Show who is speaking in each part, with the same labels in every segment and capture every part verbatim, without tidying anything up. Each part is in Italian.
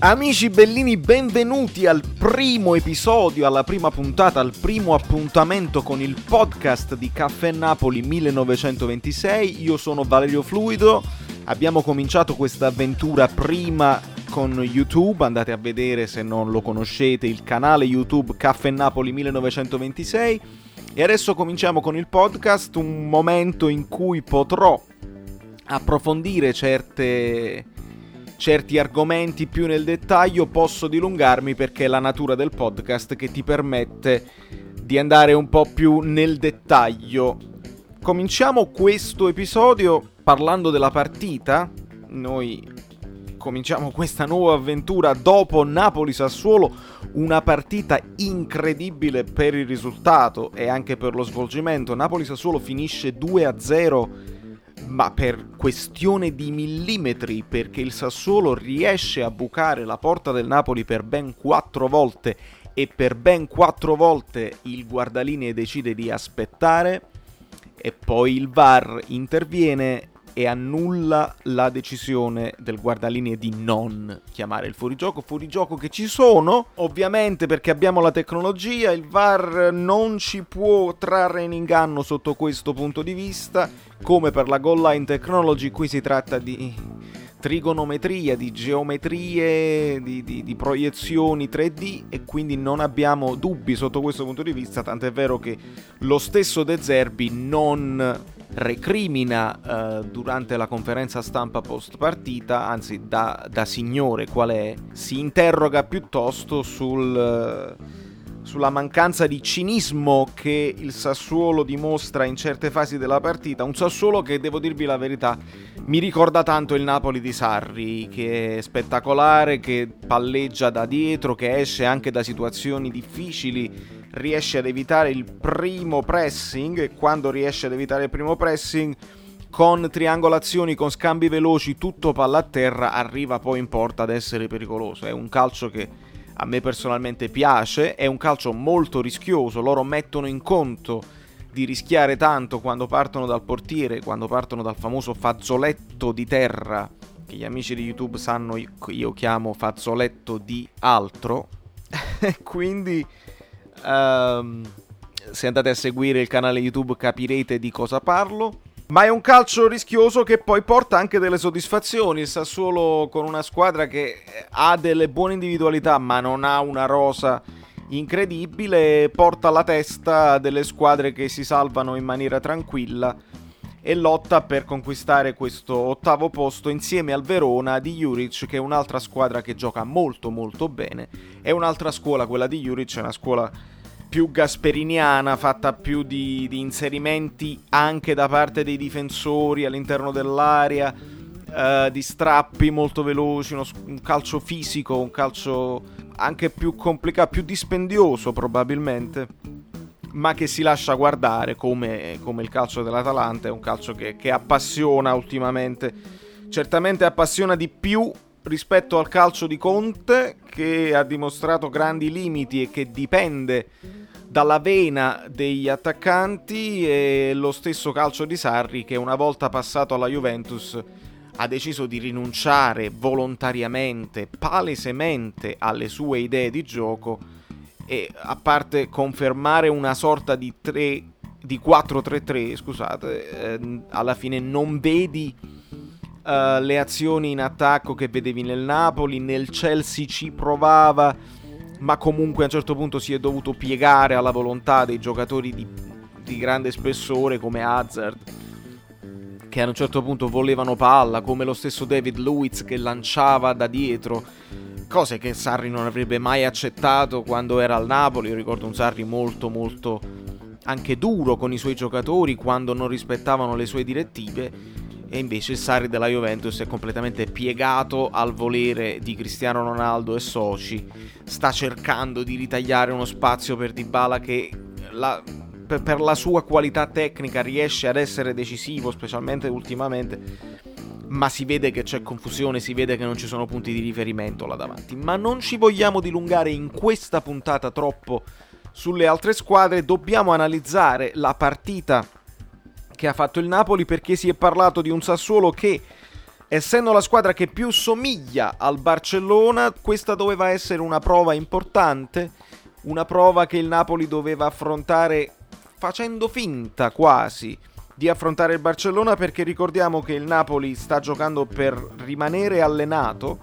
Speaker 1: Amici bellini, benvenuti al primo episodio, alla prima puntata, al primo appuntamento con il podcast di Caffè Napoli millenovecentoventisei. Io sono Valerio Fluido, abbiamo cominciato questa avventura prima con YouTube, andate a vedere se non lo conoscete il canale YouTube Caffè Napoli millenovecentoventisei e adesso cominciamo con il podcast, un momento in cui potrò approfondire certe... certi argomenti più nel dettaglio. Posso dilungarmi perché è la natura del podcast che ti permette di andare un po' più nel dettaglio. Cominciamo questo episodio parlando della partita. Noi cominciamo questa nuova avventura dopo Napoli-Sassuolo, una partita incredibile per il risultato e anche per lo svolgimento. Napoli-Sassuolo finisce due a zero, ma per questione di millimetri, perché il Sassuolo riesce a bucare la porta del Napoli per ben quattro volte e per ben quattro volte il guardalinee decide di aspettare e poi il V A R interviene e annulla la decisione del guardalinee di non chiamare il fuorigioco. Fuorigioco che ci sono, ovviamente, perché abbiamo la tecnologia, il V A R non ci può trarre in inganno sotto questo punto di vista, come per la goal line technology. Qui si tratta di trigonometria, di geometrie, di, di, di proiezioni tre D e quindi non abbiamo dubbi sotto questo punto di vista, tant'è vero che lo stesso De Zerbi non recrimina eh, durante la conferenza stampa post partita, anzi da, da signore qual è, si interroga piuttosto sul, sulla mancanza di cinismo che il Sassuolo dimostra in certe fasi della partita. Un Sassuolo che, devo dirvi la verità, mi ricorda tanto il Napoli di Sarri, che è spettacolare, che palleggia da dietro, che esce anche da situazioni difficili, riesce ad evitare il primo pressing e quando riesce ad evitare il primo pressing con triangolazioni, con scambi veloci, tutto palla a terra, arriva poi in porta ad essere pericoloso. È un calcio che a me personalmente piace, è un calcio molto rischioso, loro mettono in conto di rischiare tanto quando partono dal portiere, quando partono dal famoso fazzoletto di terra, che gli amici di YouTube sanno io chiamo fazzoletto di altro, quindi um, se andate a seguire il canale YouTube capirete di cosa parlo. Ma è un calcio rischioso che poi porta anche delle soddisfazioni. Il Sassuolo, con una squadra che ha delle buone individualità ma non ha una rosa incredibile, porta alla testa delle squadre che si salvano in maniera tranquilla e lotta per conquistare questo ottavo posto insieme al Verona di Juric, che è un'altra squadra che gioca molto molto bene. È un'altra scuola, quella di Juric, è una scuola più gasperiniana, fatta più di, di inserimenti anche da parte dei difensori all'interno dell'area, uh, di strappi molto veloci, uno, un calcio fisico, un calcio anche più complicato, più dispendioso probabilmente, ma che si lascia guardare come, come il calcio dell'Atalanta. È un calcio che, che appassiona ultimamente, certamente appassiona di più rispetto al calcio di Conte, che ha dimostrato grandi limiti e che dipende dalla vena degli attaccanti, e lo stesso calcio di Sarri, che una volta passato alla Juventus ha deciso di rinunciare volontariamente, palesemente alle sue idee di gioco e, a parte confermare una sorta di tre di quattro tre tre, scusate, eh, alla fine non vedi Uh, le azioni in attacco che vedevi nel Napoli. Nel Chelsea ci provava, ma comunque a un certo punto si è dovuto piegare alla volontà dei giocatori di, di grande spessore come Hazard, che a un certo punto volevano palla, come lo stesso David Luiz che lanciava da dietro, cose che Sarri non avrebbe mai accettato quando era al Napoli. Io ricordo un Sarri molto molto anche duro con i suoi giocatori quando non rispettavano le sue direttive. E invece il Sarri della Juventus è completamente piegato al volere di Cristiano Ronaldo e soci, sta cercando di ritagliare uno spazio per Dybala che la, per, per la sua qualità tecnica riesce ad essere decisivo, specialmente ultimamente, ma si vede che c'è confusione, si vede che non ci sono punti di riferimento là davanti. Ma non ci vogliamo dilungare in questa puntata troppo sulle altre squadre, dobbiamo analizzare la partita che ha fatto il Napoli, perché si è parlato di un Sassuolo che Essendo la squadra che più somiglia al Barcellona, questa doveva essere una prova importante, una prova che il Napoli doveva affrontare facendo finta quasi di affrontare il Barcellona, perché ricordiamo che il Napoli sta giocando per rimanere allenato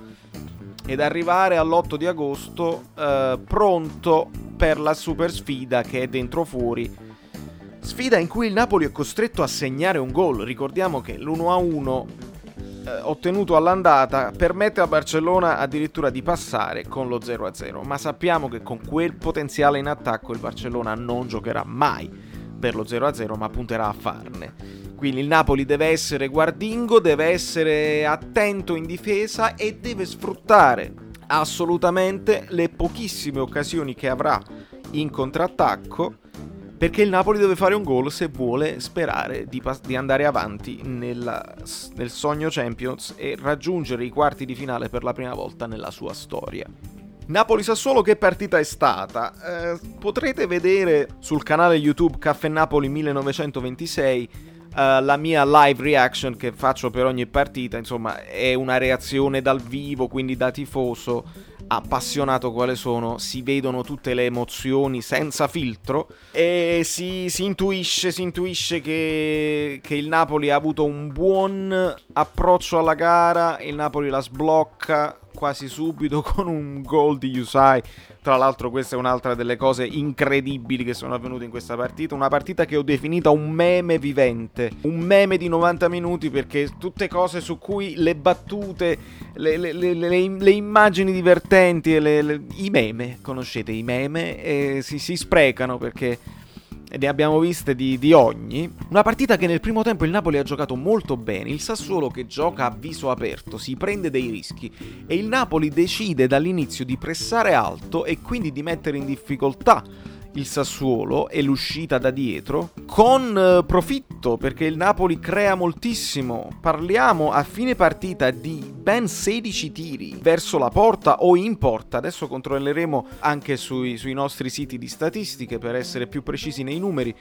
Speaker 1: ed arrivare all'otto di agosto eh, pronto per la super sfida che è dentro fuori. Sfida in cui il Napoli è costretto a segnare un gol. Ricordiamo che l'uno a uno eh, ottenuto all'andata permette a Barcellona addirittura di passare con lo zero a zero, ma sappiamo che con quel potenziale in attacco il Barcellona non giocherà mai per lo zero a zero, ma punterà a farne. Quindi il Napoli deve essere guardingo, deve essere attento in difesa e deve sfruttare assolutamente le pochissime occasioni che avrà in contrattacco, perché il Napoli deve fare un gol se vuole sperare di, pas- di andare avanti nella, nel sogno Champions e raggiungere i quarti di finale per la prima volta nella sua storia. Napoli-Sassuolo, che partita è stata? Eh, potrete vedere sul canale YouTube Caffè Napoli millenovecentoventisei uh, la mia live reaction che faccio per ogni partita. Insomma, è una reazione dal vivo, quindi da tifoso appassionato quale sono, si vedono tutte le emozioni senza filtro e si, si intuisce, si intuisce che, che il Napoli ha avuto un buon approccio alla gara. Il Napoli la sblocca quasi subito con un gol di Yusai. Tra l'altro questa è un'altra delle cose incredibili che sono avvenute in questa partita, una partita che ho definito un meme vivente, un meme di novanta minuti, perché tutte cose su cui le battute, le, le, le, le, le immagini divertenti e le, le, i meme, conoscete i meme, eh, si, si sprecano, perché ne abbiamo viste di, di ogni. Una partita che nel primo tempo il Napoli ha giocato molto bene, il Sassuolo che gioca a viso aperto, si prende dei rischi e il Napoli decide dall'inizio di pressare alto e quindi di mettere in difficoltà il Sassuolo e l'uscita da dietro con eh, profitto, perché il Napoli crea moltissimo. Parliamo a fine partita di ben sedici tiri verso la porta o in porta. Adesso controlleremo anche sui, sui nostri siti di statistiche per essere più precisi nei numeri.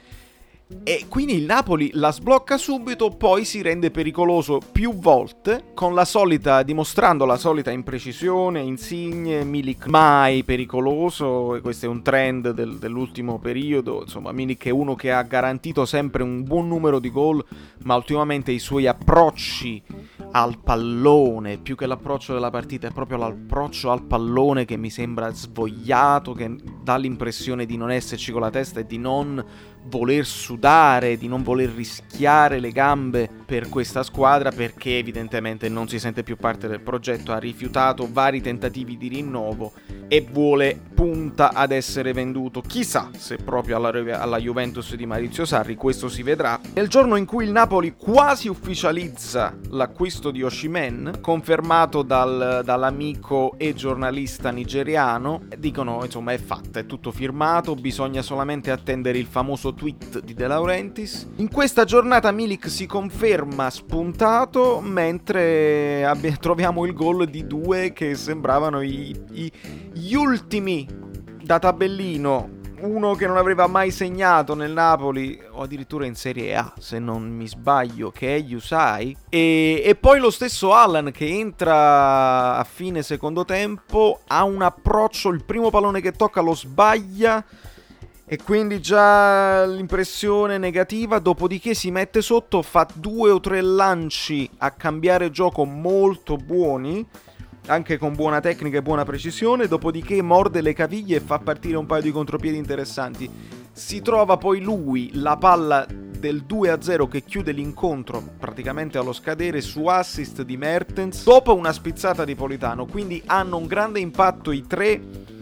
Speaker 1: E quindi il Napoli la sblocca subito, poi si rende pericoloso più volte, con la solita, dimostrando la solita imprecisione. Insigne, Milik mai pericoloso, e questo è un trend del, dell'ultimo periodo. Insomma, Milik è uno che ha garantito sempre un buon numero di gol, ma ultimamente i suoi approcci al pallone, più che l'approccio della partita, è proprio l'approccio al pallone che mi sembra svogliato, che dà l'impressione di non esserci con la testa e di non voler sudare, di non voler rischiare le gambe per questa squadra, perché evidentemente non si sente più parte del progetto, ha rifiutato vari tentativi di rinnovo e vuole, punta ad essere venduto. Chissà se proprio alla, alla Juventus di Maurizio Sarri, questo si vedrà. Nel giorno in cui il Napoli quasi ufficializza l'acquisto di Osimhen, confermato dal, dall'amico e giornalista nigeriano, dicono insomma è fatta, è tutto firmato, bisogna solamente attendere il famoso tweet di De Laurentiis. In questa giornata Milik si conferma spuntato, mentre abbia, troviamo il gol di due che sembravano i, i, gli ultimi da tabellino, uno che non aveva mai segnato nel Napoli o addirittura in Serie A se non mi sbaglio, che è Yusai, e, e poi lo stesso Allan che entra a fine secondo tempo, ha un approccio, il primo pallone che tocca lo sbaglia e quindi già l'impressione negativa, dopodiché si mette sotto, fa due o tre lanci a cambiare gioco molto buoni, anche con buona tecnica e buona precisione, dopodiché morde le caviglie e fa partire un paio di contropiedi interessanti. Si trova poi lui la palla del due a zero che chiude l'incontro praticamente allo scadere su assist di Mertens dopo una spizzata di Politano, quindi hanno un grande impatto i tre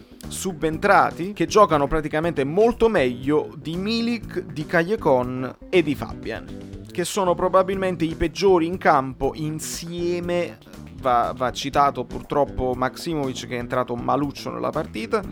Speaker 1: subentrati che giocano praticamente molto meglio di Milik, di Callecon e di Fabian, che sono probabilmente i peggiori in campo. Insieme va, va citato purtroppo Maksimovic, che è entrato maluccio nella partita.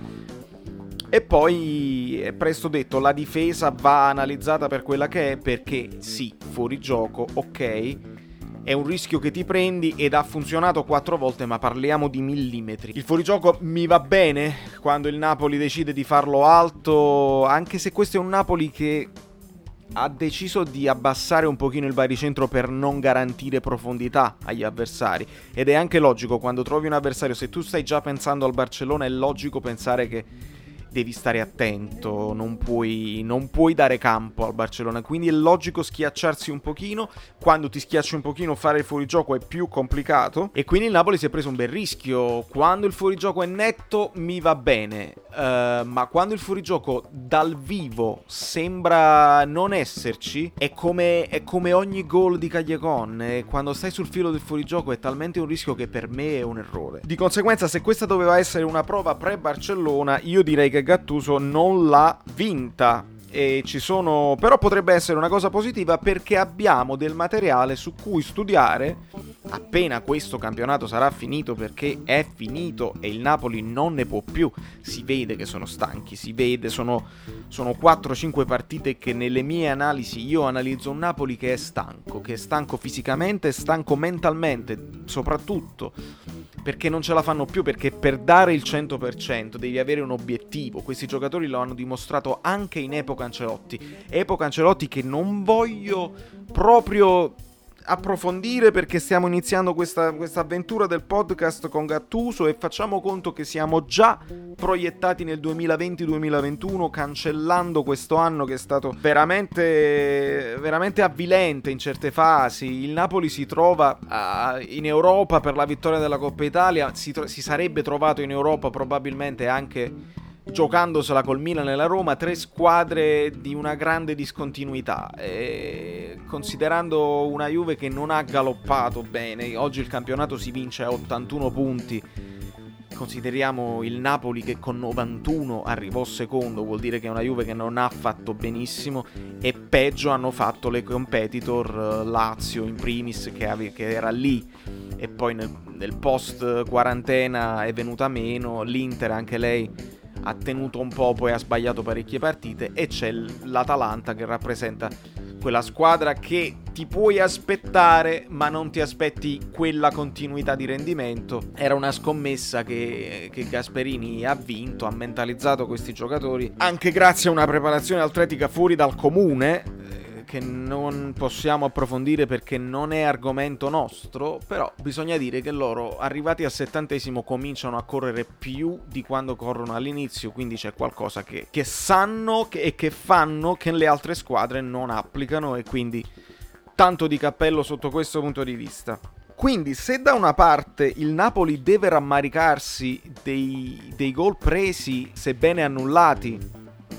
Speaker 1: E poi è presto detto, la difesa va analizzata per quella che è, perché sì, fuori gioco, ok, è un rischio che ti prendi ed ha funzionato quattro volte, ma parliamo di millimetri. Il fuorigioco mi va bene quando il Napoli decide di farlo alto, anche se questo è un Napoli che ha deciso di abbassare un pochino il baricentro per non garantire profondità agli avversari, ed è anche logico quando trovi un avversario, se tu stai già pensando al Barcellona è logico pensare che devi stare attento, non puoi, non puoi dare campo al Barcellona, quindi è logico schiacciarsi un pochino. Quando ti schiacci un pochino fare il fuorigioco è più complicato, e quindi il Napoli si è preso un bel rischio. Quando il fuorigioco è netto mi va bene, uh, ma quando il fuorigioco dal vivo sembra non esserci, è come, è come ogni gol di Callejon, e quando stai sul filo del fuorigioco è talmente un rischio che per me è un errore. Di conseguenza, se questa doveva essere una prova pre-Barcellona, io direi che Gattuso non l'ha vinta, e ci sono, però potrebbe essere una cosa positiva perché abbiamo del materiale su cui studiare appena questo campionato sarà finito, perché è finito e il Napoli non ne può più. Si vede che sono stanchi, si vede, sono, sono quattro cinque partite che nelle mie analisi io analizzo un Napoli che è stanco, che è stanco fisicamente, stanco mentalmente soprattutto, perché non ce la fanno più, perché per dare il cento per cento devi avere un obiettivo. Questi giocatori lo hanno dimostrato anche in epoca Ancelotti, epoca Ancelotti che non voglio proprio approfondire perché stiamo iniziando questa, questa avventura del podcast con Gattuso e facciamo conto che siamo già proiettati nel duemilaventi duemilaventuno, cancellando questo anno che è stato veramente veramente avvilente in certe fasi. Il Napoli si trova uh, in Europa per la vittoria della Coppa Italia, si, tro- si sarebbe trovato in Europa probabilmente anche giocandosela col Milan e la Roma, tre squadre di una grande discontinuità, e considerando una Juve che non ha galoppato bene, oggi il campionato si vince a ottantuno punti, consideriamo il Napoli che con novantuno arrivò secondo, vuol dire che è una Juve che non ha fatto benissimo, e peggio hanno fatto le competitor, Lazio in primis che, ave- che era lì, e poi nel, nel post quarantena è venuta meno, l'Inter anche lei ha tenuto un po', poi ha sbagliato parecchie partite, e c'è l'Atalanta che rappresenta quella squadra che ti puoi aspettare ma non ti aspetti quella continuità di rendimento. Era una scommessa che, che Gasperini ha vinto, ha mentalizzato questi giocatori anche grazie a una preparazione atletica fuori dal comune, che non possiamo approfondire perché non è argomento nostro, però bisogna dire che loro arrivati al settantesimo cominciano a correre più di quando corrono all'inizio, quindi c'è qualcosa che, che sanno che, e che fanno che le altre squadre non applicano, e quindi tanto di cappello sotto questo punto di vista. Quindi se da una parte il Napoli deve rammaricarsi dei, dei gol presi, sebbene annullati,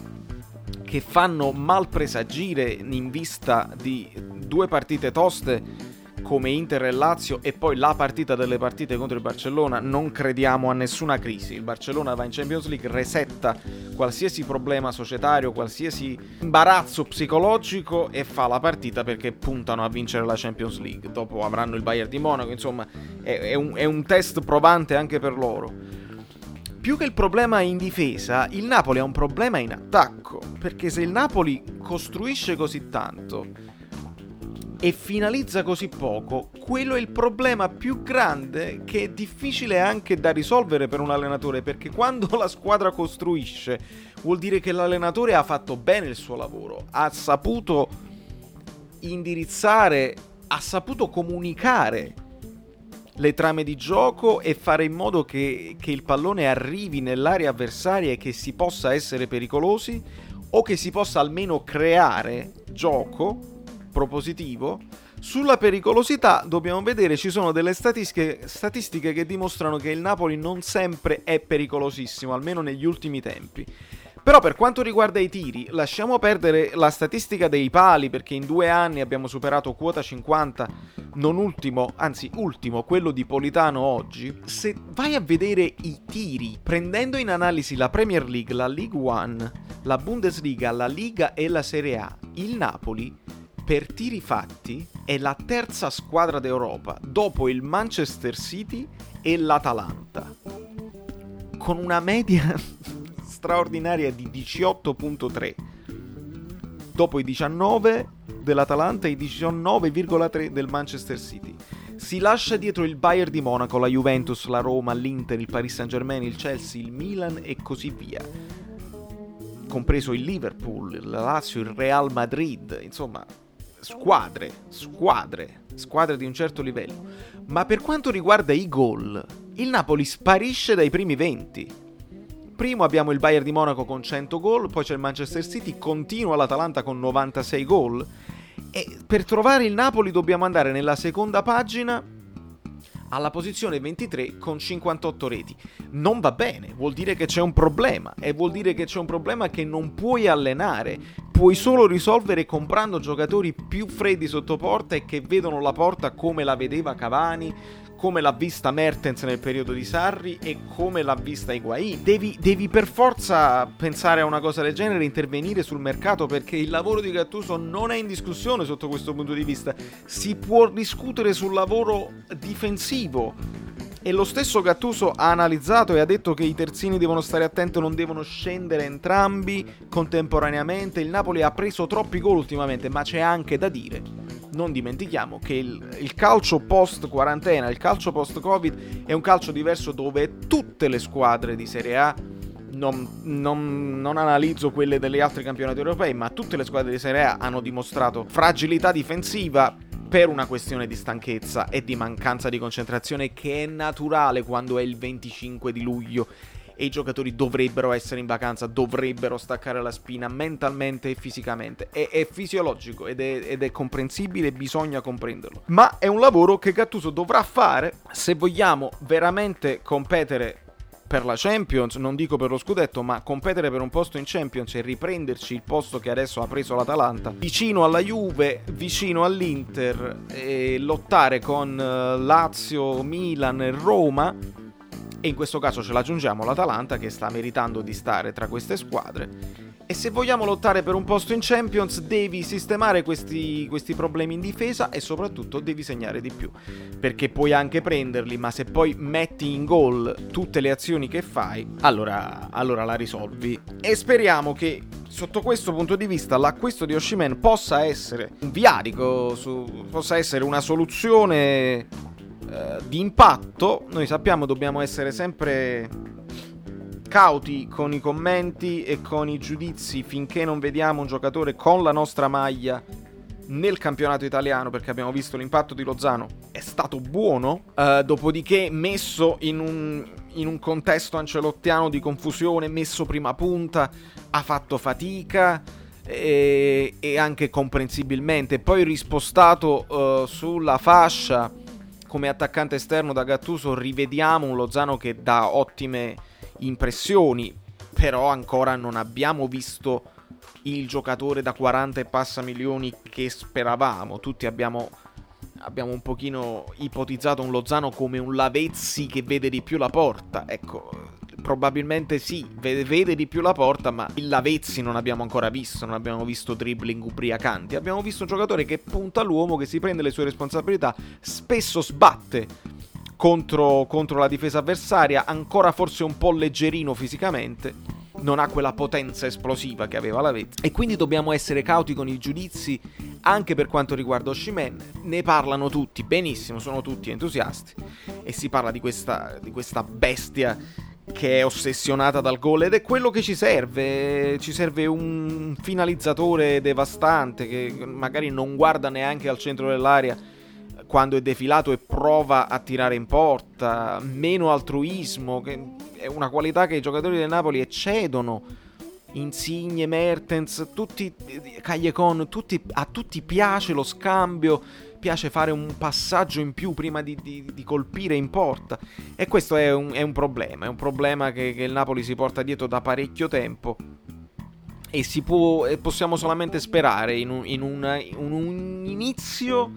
Speaker 1: che fanno mal presagire in vista di due partite toste come Inter e Lazio, e poi la partita delle partite contro il Barcellona, non crediamo a nessuna crisi. Il Barcellona va in Champions League, resetta qualsiasi problema societario, qualsiasi imbarazzo psicologico, e fa la partita perché puntano a vincere la Champions League. Dopo avranno il Bayern di Monaco, insomma è, è, un, è un test provante anche per loro. Più che il problema in difesa, il Napoli ha un problema in attacco, perché se il Napoli costruisce così tanto e finalizza così poco, quello è il problema più grande, che è difficile anche da risolvere per un allenatore, perché quando la squadra costruisce vuol dire che l'allenatore ha fatto bene il suo lavoro, ha saputo indirizzare, ha saputo comunicare le trame di gioco e fare in modo che, che il pallone arrivi nell'area avversaria e che si possa essere pericolosi, o che si possa almeno creare gioco propositivo. Sulla pericolosità dobbiamo vedere, ci sono delle statistiche, statistiche che dimostrano che il Napoli non sempre è pericolosissimo, almeno negli ultimi tempi. Però per quanto riguarda i tiri, lasciamo perdere la statistica dei pali, perché in due anni abbiamo superato quota cinquanta, non ultimo, anzi ultimo, quello di Politano oggi. Se vai a vedere i tiri, prendendo in analisi la Premier League, la League One, la Bundesliga, la Liga e la Serie A, il Napoli per tiri fatti è la terza squadra d'Europa, dopo il Manchester City e l'Atalanta, con una media straordinaria di diciotto virgola tre, dopo i diciannove dell'Atalanta e i diciannove virgola tre del Manchester City. Si lascia dietro il Bayern di Monaco, la Juventus, la Roma, l'Inter, il Paris Saint-Germain, il Chelsea, il Milan e così via. compreso il Liverpool, il Lazio, il Real Madrid, insomma squadre, squadre, squadre di un certo livello. Ma per quanto riguarda i gol, il Napoli sparisce dai primi venti. Primo abbiamo il Bayern di Monaco con cento gol, poi c'è il Manchester City, continua l'Atalanta con novantasei gol. E per trovare il Napoli dobbiamo andare nella seconda pagina alla posizione ventitré con cinquantotto reti. Non va bene, vuol dire che c'è un problema, e vuol dire che c'è un problema che non puoi allenare, puoi solo risolvere comprando giocatori più freddi sotto porta e che vedono la porta come la vedeva Cavani, come l'ha vista Mertens nel periodo di Sarri e come l'ha vista Higuaín. Devi, devi per forza pensare a una cosa del genere, intervenire sul mercato, perché il lavoro di Gattuso non è in discussione sotto questo punto di vista. Si può discutere sul lavoro difensivo, e lo stesso Gattuso ha analizzato e ha detto che i terzini devono stare attenti, non devono scendere entrambi contemporaneamente. Il Napoli ha preso troppi gol ultimamente, ma c'è anche da dire, non dimentichiamo che il, il calcio post quarantena, il calcio post Covid è un calcio diverso, dove tutte le squadre di Serie A, non, non, non analizzo quelle degli altri campionati europei, ma tutte le squadre di Serie A hanno dimostrato fragilità difensiva per una questione di stanchezza e di mancanza di concentrazione, che è naturale quando è il venticinque di luglio e i giocatori dovrebbero essere in vacanza, dovrebbero staccare la spina mentalmente e fisicamente. È, è fisiologico ed è, ed è comprensibile, bisogna comprenderlo. Ma è un lavoro che Gattuso dovrà fare se vogliamo veramente competere per la Champions, non dico per lo scudetto, ma competere per un posto in Champions e riprenderci il posto che adesso ha preso l'Atalanta, vicino alla Juve, vicino all'Inter, e lottare con Lazio, Milan e Roma. E in questo caso ce l'aggiungiamo l'Atalanta, che sta meritando di stare tra queste squadre. E se vogliamo lottare per un posto in Champions, devi sistemare questi, questi problemi in difesa, e soprattutto devi segnare di più, perché puoi anche prenderli, ma se poi metti in gol tutte le azioni che fai, allora, allora la risolvi. E speriamo che sotto questo punto di vista l'acquisto di Osimhen possa essere un viatico, su, possa essere una soluzione di impatto. Noi sappiamo, dobbiamo essere sempre cauti con i commenti e con i giudizi finché non vediamo un giocatore con la nostra maglia nel campionato italiano, perché abbiamo visto l'impatto di Lozano è stato buono, uh, dopodiché messo in un, in un contesto ancelottiano di confusione, messo prima punta, ha fatto fatica e, e anche comprensibilmente poi rispostato uh, sulla fascia come attaccante esterno da Gattuso. Rivediamo un Lozano che dà ottime impressioni, però ancora non abbiamo visto il giocatore da quaranta e passa milioni che speravamo. Tutti abbiamo, abbiamo un pochino ipotizzato un Lozano come un Lavezzi che vede di più la porta. Ecco, probabilmente sì, vede, vede di più la porta, ma il Lavezzi non abbiamo ancora visto, non abbiamo visto dribbling ubriacanti. Abbiamo visto un giocatore che punta all'uomo, che si prende le sue responsabilità, spesso sbatte contro, contro la difesa avversaria, ancora forse un po' leggerino fisicamente, non ha quella potenza esplosiva che aveva Lavezzi, e quindi dobbiamo essere cauti con i giudizi anche per quanto riguarda Osimhen. Ne parlano tutti, benissimo, sono tutti entusiasti, e si parla di questa, di questa bestia che è ossessionata dal gol, ed è quello che ci serve. Ci serve un finalizzatore devastante che magari non guarda neanche al centro dell'area quando è defilato e prova a tirare in porta, meno altruismo, che è una qualità che i giocatori del Napoli eccedono. Insigne, Mertens, tutti, Callecon, tutti, a tutti piace lo scambio, piace fare un passaggio in più prima di, di, di colpire in porta, e questo è un, è un problema, è un problema che, che il Napoli si porta dietro da parecchio tempo, e si può, e possiamo solamente sperare in un, in una, un, un inizio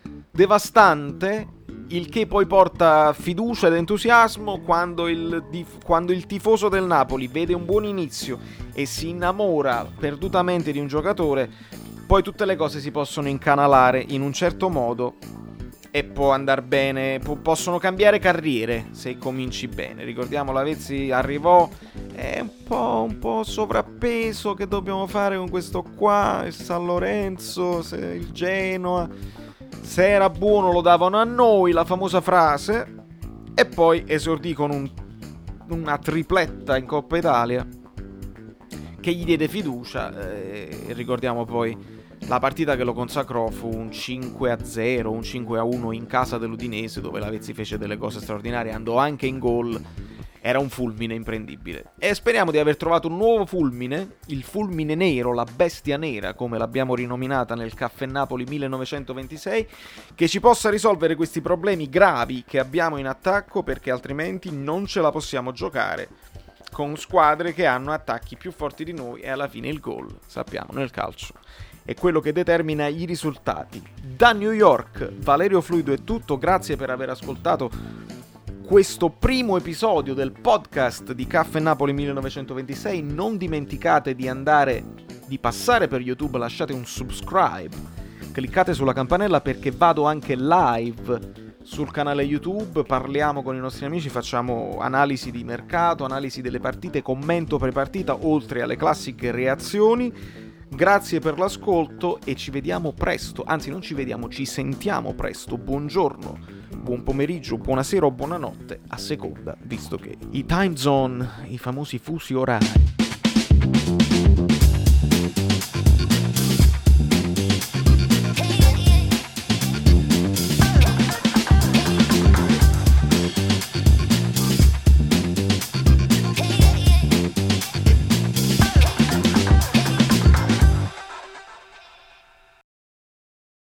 Speaker 1: devastante, il che poi porta fiducia ed entusiasmo. Quando il, quando il tifoso del Napoli vede un buon inizio e si innamora perdutamente di un giocatore, poi tutte le cose si possono incanalare in un certo modo e può andare bene, po- possono cambiare carriere se cominci bene. Ricordiamo, Lavezzi arrivò, è un po', un po' sovrappeso, che dobbiamo fare con questo qua, il San Lorenzo, se il Genoa, se era buono lo davano a noi, la famosa frase, e poi esordì con un, una tripletta in Coppa Italia che gli diede fiducia. Eh, ricordiamo poi la partita che lo consacrò fu un cinque a zero, un cinque a uno in casa dell'Udinese, dove Lavezzi fece delle cose straordinarie, andò anche in gol. Era un fulmine imprendibile. E speriamo di aver trovato un nuovo fulmine, il fulmine nero, la bestia nera, come l'abbiamo rinominata nel Caffè Napoli millenovecentoventisei, che ci possa risolvere questi problemi gravi che abbiamo in attacco, perché altrimenti non ce la possiamo giocare con squadre che hanno attacchi più forti di noi, e alla fine il gol, sappiamo, nel calcio è quello che determina i risultati. Da New York, Valerio Fluido è tutto, grazie per aver ascoltato questo primo episodio del podcast di Caffè Napoli millenovecentoventisei. Non dimenticate di andare, di passare per YouTube, lasciate un subscribe, cliccate sulla campanella perché vado anche live sul canale YouTube, parliamo con i nostri amici, facciamo analisi di mercato, analisi delle partite, commento pre-partita, oltre alle classiche reazioni. Grazie per l'ascolto e ci vediamo presto, anzi non ci vediamo, ci sentiamo presto. Buongiorno, buon pomeriggio, buonasera o buonanotte, a seconda, visto che i time zone, i famosi fusi orari